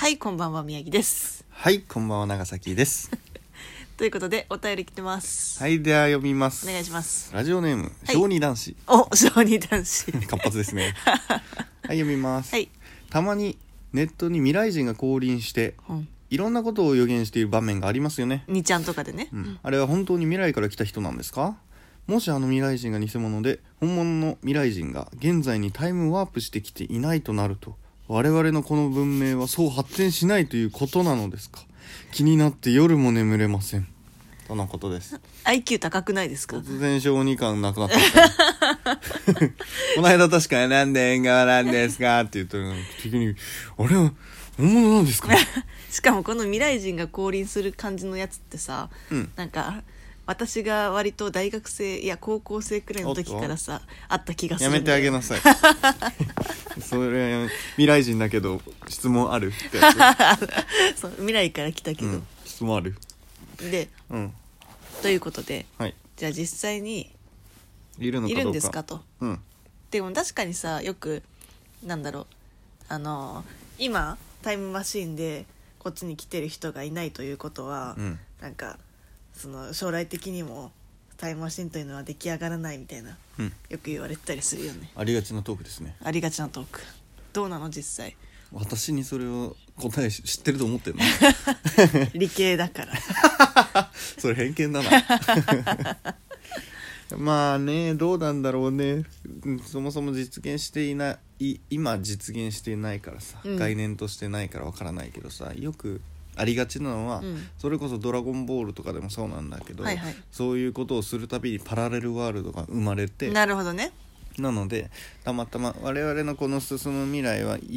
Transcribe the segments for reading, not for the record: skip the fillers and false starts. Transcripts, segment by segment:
はい、こんばんは、宮城です。 はい、こんばんは、長崎ですということでお便り来てます。 はい、では読みます。 お願いします。 ラジオネーム、 はい、 小児男子。 お、小児男子活発ですねはい、読みます、 はい。 たまにネットに未来人が降臨して、いろんなことを予言している場面がありますよね。 2ちゃんとかでね、 あれは本当に未来から来た人なんですか？もしあの未来人が偽物で本物の未来人が現在にタイムワープしてきていないとなると、我々のこの文明はそう発展しないということなのですか？気になって夜も眠れません、とのことです。 IQ 高くないですか？ 突然小児感なくなったこの間確かになんで縁側なんですかって言ったら的にあれは本物なんですかしかもこの未来人が降臨する感じのやつってさ、なんか私が割と大学生いや高校生くらいの時からさあった気がする。 やめてあげなさいそれ未来人だけど質問あるってやつそう、未来から来たけど、 質問あるで、ということで、 はい、 じゃあ実際にいるのかどうか、 いるんですかと、でも確かにさ、よくなんだろう、今タイムマシーンでこっちに来てる人がいないということは、なんかその将来的にもタイムマシーンというのは出来上がらないみたいな、よく言われてたりするよね。 ありがちなトークですね。 ありがちなトーク。どうなの実際？ 私にそれを答え知ってると思ってるの理系だからそれ偏見だなまあね、どうなんだろうね。そもそも実現していない今実現していないからさ、概念としてないからわからないけどさ、よくありがちなのは、それこそドラゴンボールとかでもそうなんだけど、そういうことをするたびにパラレルワールドが生まれて、 なるほどね。 なのでたまたま我々のこの進む未来は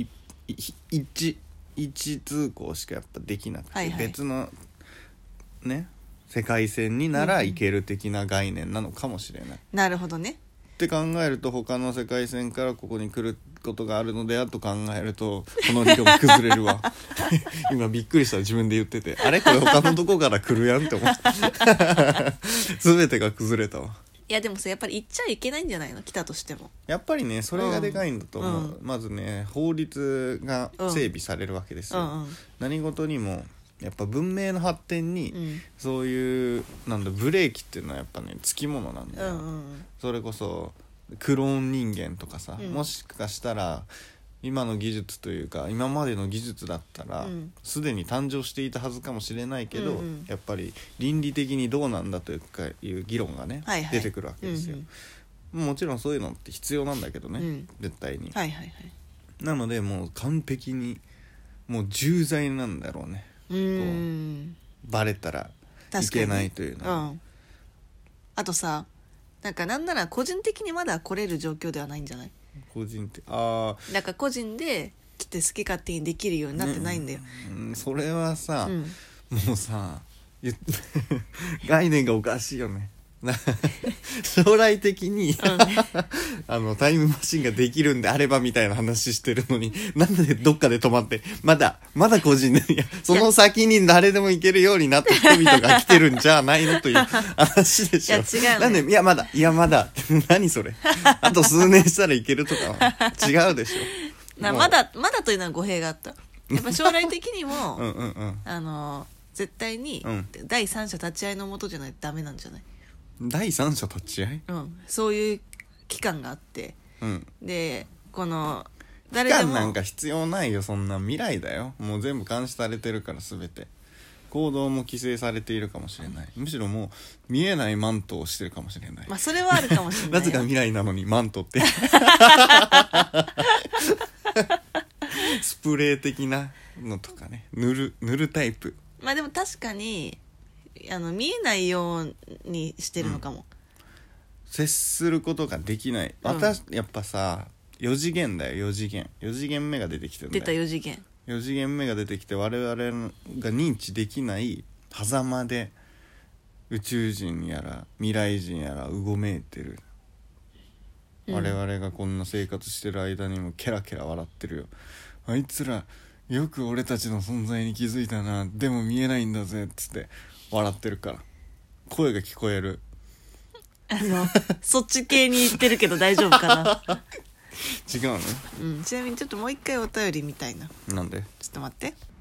一通行しかやっぱできなくて、別のね世界線になら行ける的な概念なのかもしれない、 なるほどねって考えると、他の世界線からここに来ることがあるのではと考えると、この理論崩れるわ今びっくりした、自分で言ってて、あれこれ他のとこから来るやんって思った全てが崩れたわ。 いやでもさ、やっぱり行っちゃいけないんじゃないの、来たとしても。 やっぱりね、それがでかいんだと思う、まずね、法律が整備されるわけですよ、何事にもやっぱ文明の発展に、そういうなんだブレーキっていうのはやっぱねつきものなんだよ、それこそクローン人間とかさ、もしかしたら今の技術というか今までの技術だったらすでに誕生していたはずかもしれないけど、やっぱり倫理的にどうなんだというかいう議論がね、出てくるわけですよ、もちろんそういうのって必要なんだけどね、絶対に、なのでもう完璧にもう重罪なんだろうね、こうバレたらいけないというのは、 あとさ、なんなら個人的にまだ来れる状況ではないんじゃない？ 個人ってなんか個人で来て好き勝手にできるようになってないんだよ、 それはさ、もうさ概念がおかしいよね将来的に、タイムマシンができるんであればみたいな話してるのに、なんでどっかで止まってまだ個人で、いやその先に誰でも行けるようになった人々が来てるんじゃないのという話でしょ。 いや違う、ね、 なんでいやまだ何それあと数年したらいけるとかは違うでしょまだというのは語弊があった。やっぱ将来的にも絶対に第三者立ち会いのもとじゃないとダメなんじゃない？ 第三者立ち会い、 そういう期間があって、でこの誰でも期間なんか必要ないよ、そんな未来だよ、もう全部監視されてるから、全て行動も規制されているかもしれない、むしろもう見えないマントをしてるかもしれない、 それはあるかもしれないなぜか未来なのにマントってスプレー的なのとかね、塗るタイプ。 でも確かに見えないようにしてるのかも、 接することができない、やっぱさ4次元だよ、4次元目が出てきてるんだよ。 出た4次元、 4次元目が出てきて、我々が認知できない狭間で宇宙人やら未来人やらうごめいてる、我々がこんな生活してる間にもケラケラ笑ってるよ。あいつらよく俺たちの存在に気づいたな、でも見えないんだぜっつって笑ってるから、声が聞こえる。 そっち系に言ってるけど大丈夫かな違うの？ ちなみにちょっともう一回お便りみたいな。 なんで？ ちょっと待って。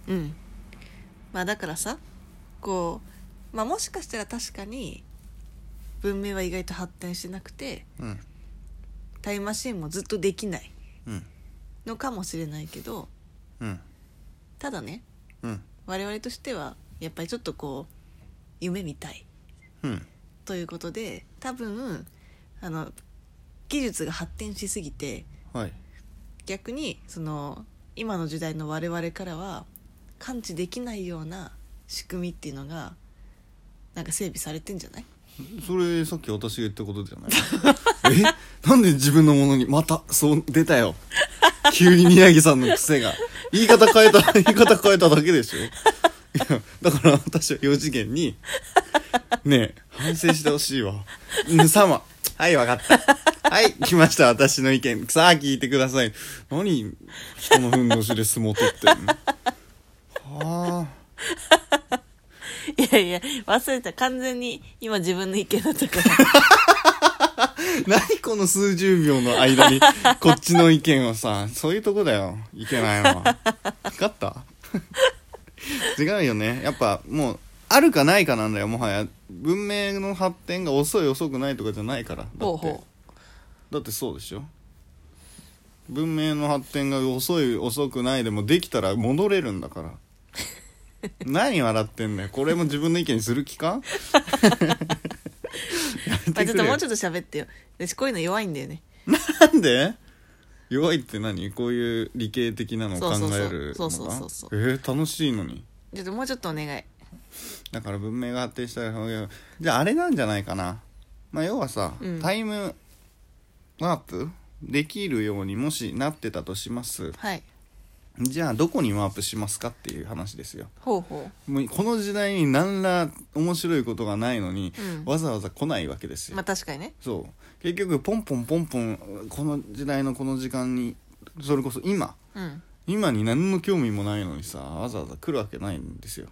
うんまあだからさこう、まあ、もしかしたら確かに文明は意外と発展してなくて、 うん、 タイムマシンもずっとできないうんのかもしれないけど、 うん、 ただね、 うん、 我々としてはやっぱりちょっとこう夢見たいうん、 ということで、多分技術が発展しすぎて、 はい、 逆にその今の時代の我々からは感知できないような仕組みっていうのがなんか整備されてんじゃない？ それさっき私が言ったことじゃないなんで自分のものにまたそう出たよ急に宮城さんの癖が言い方変えただけでしょ。いやだから私は4次元にねえ反省してほしいわ。様はいわかったはい来ました私の意見さあ聞いてください。何人のふんどしで相撲取ってんのはあいやいや忘れた、完全に今自分の意見だったから何この数十秒の間にこっちの意見をさ、そういうとこだよいけないのは。分かった違うよね。やっぱもうあるかないかなんだよ。もはや文明の発展が遅い遅くないとかじゃないから。だってそうでしょ。文明の発展が遅い遅くないでもできたら戻れるんだから何笑ってんだよ。これも自分の意見にする気かちょっともうちょっと喋ってよ。私こういうの弱いんだよね。 なんで弱いって何？こういう理系的なのを考えるのが楽しいのに。 ちょっともうちょっとお願い。 だから文明が発展したらじゃああれなんじゃないかな。まあ要はさ、タイムワープできるようにもしなってたとします。 はい。 じゃあどこにワープしますかっていう話ですよ。 ほうほう。もうこの時代に何ら面白いことがないのに、わざわざ来ないわけですよ。 まあ確かにね。 そう。結局ポンポンポンポンこの時代のこの時間にそれこそ今、今に何の興味もないのにさわざわざ来るわけないんですよ。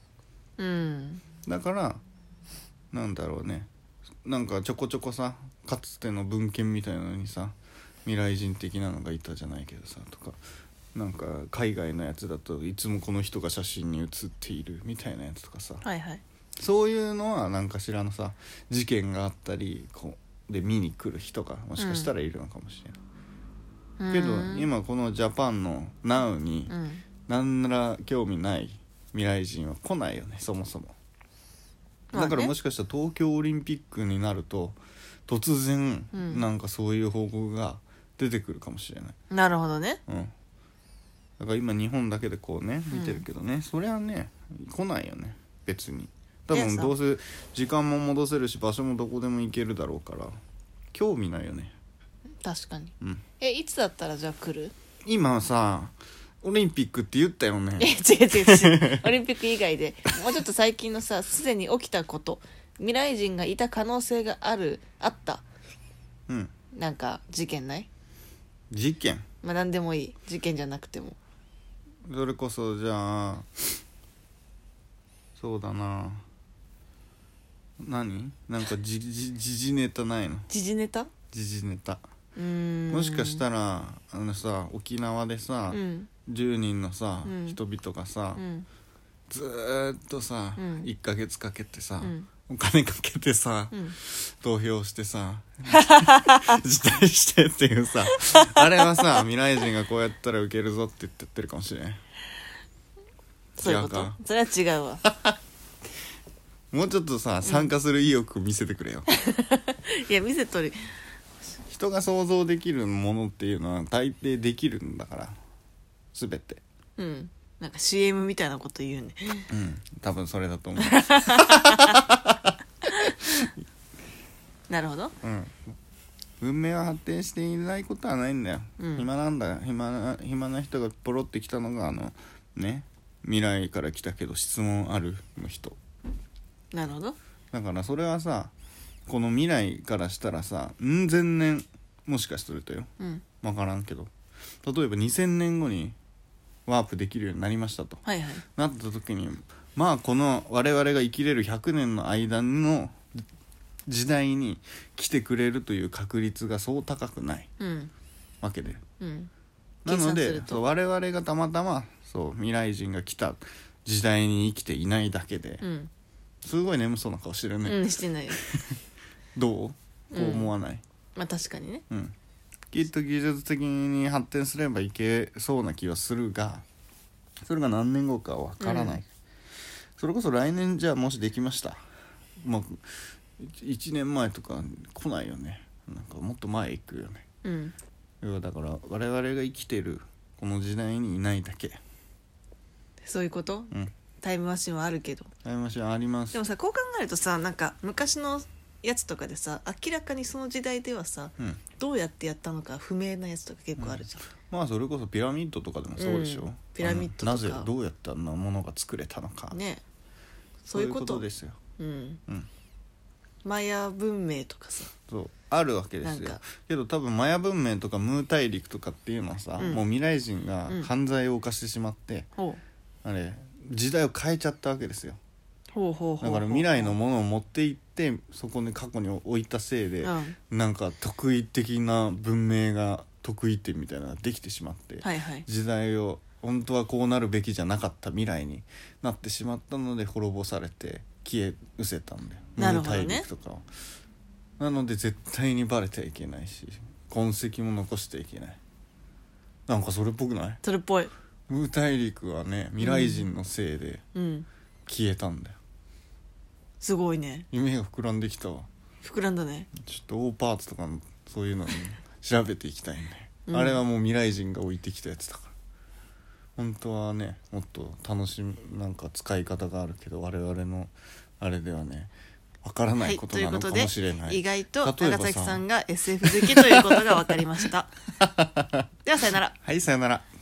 だからなんだろうね。なんかちょこちょこさかつての文献みたいなのにさ未来人的なのがいたじゃないけどさとか。なんか海外のやつだといつもこの人が写真に写っているみたいなやつとかさ、 はいはい、 そういうのは何かしらのさ事件があったりこうで見に来る人がもしかしたらいるのかもしれない、けど今このジャパンの NOW に何ら興味ない未来人は来ないよねそもそも。だからもしかしたら東京オリンピックになると突然なんかそういう報告が出てくるかもしれない、 なるほどね。 だから今日本だけでこうね見てるけどね、それはね来ないよね別に。多分どうせ時間も戻せるし場所もどこでも行けるだろうから興味ないよね。 確かに、いつだったらじゃあ来る？ 今さオリンピックって言ったよね。 違うオリンピック以外でもうちょっと最近のさすでに起きたこと未来人がいた可能性があった、なんか事件ない？ 事件？ まあ何でもいい、事件じゃなくても。 それこそじゃあそうだな何なんか時事ネタないの？ 時事ネタ？ 時事ネタもしかしたらさ沖縄でさ、10人のさ、人々がさ、ずーっとさ、1ヶ月かけてさ、お金かけてさ、投票してさ辞退してっていうさあれはさ未来人がこうやったらウケるぞって言ってるかもしれん。 そういうこと？それは違うわもうちょっとさ参加する意欲見せてくれよいや見せとる。 人が想像できるものっていうのは大抵できるんだから全て。 なんか CM みたいなこと言うね。 多分それだと思うなるほど。 文明は発展していないことはないんだよ、暇なんだよ。暇な人がポロってきたのがね未来から来たけど質問あるの人。 なるほど。 だからそれはさこの未来からしたらさ千年もしかするとよ、分からんけど例えば2000年後にワープできるようになりましたと、なった時にまあこの我々が生きれる100年の間の時代に来てくれるという確率がそう高くない、わけで、なので我々がたまたまそう未来人が来た時代に生きていないだけで、すごい眠そうな顔してるね、 してないよどうこう思わない、 まあ確かにね、 きっと技術的に発展すればいけそうな気はするが、それが何年後かは分からない、それこそ来年じゃあもしできました、もう1年前とか来ないよね、なんかもっと前行くよね、要はだから我々が生きてるこの時代にいないだけ。 そういうこと、タイムマシンはあるけど、 タイムマシンあります。 でもさこう考えるとさ、なんか昔のやつとかでさ明らかにその時代ではさ、どうやってやったのか不明なやつとか結構あるじゃん、 まあそれこそピラミッドとかでもそうでしょ、 ピラミッドとかなぜどうやってあんなものが作れたのかね、そういうことですよ。 マヤ文明とかさそうあるわけですよ。けど多分マヤ文明とかムー大陸とかっていうのはさ、もう未来人が犯罪を犯してしまって、あれ時代を変えちゃったわけですよ。だから未来のものを持っていってそこに過去に置いたせいで、なんか特異的な文明が特異点みたいなのができてしまって、時代を本当はこうなるべきじゃなかった未来になってしまったので滅ぼされて消え失せたんだよ。 なるほどね。 大陸とかはなので絶対にバレてはいけないし痕跡も残してはいけない。なんかそれっぽくない？ それっぽい。 ムー大陸はね未来人のせいで消えたんだよ、 すごいね。 夢が膨らんできたわ。 膨らんだね。 ちょっと大パーツとかのそういうのに調べていきたいね、あれはもう未来人が置いてきたやつだから本当はねもっと楽しみなんか使い方があるけど我々のあれではねわからないことなのかもしれない、 ということで意外と長崎さんが SF 好きということが分かりましたではさよなら。 はいさよなら。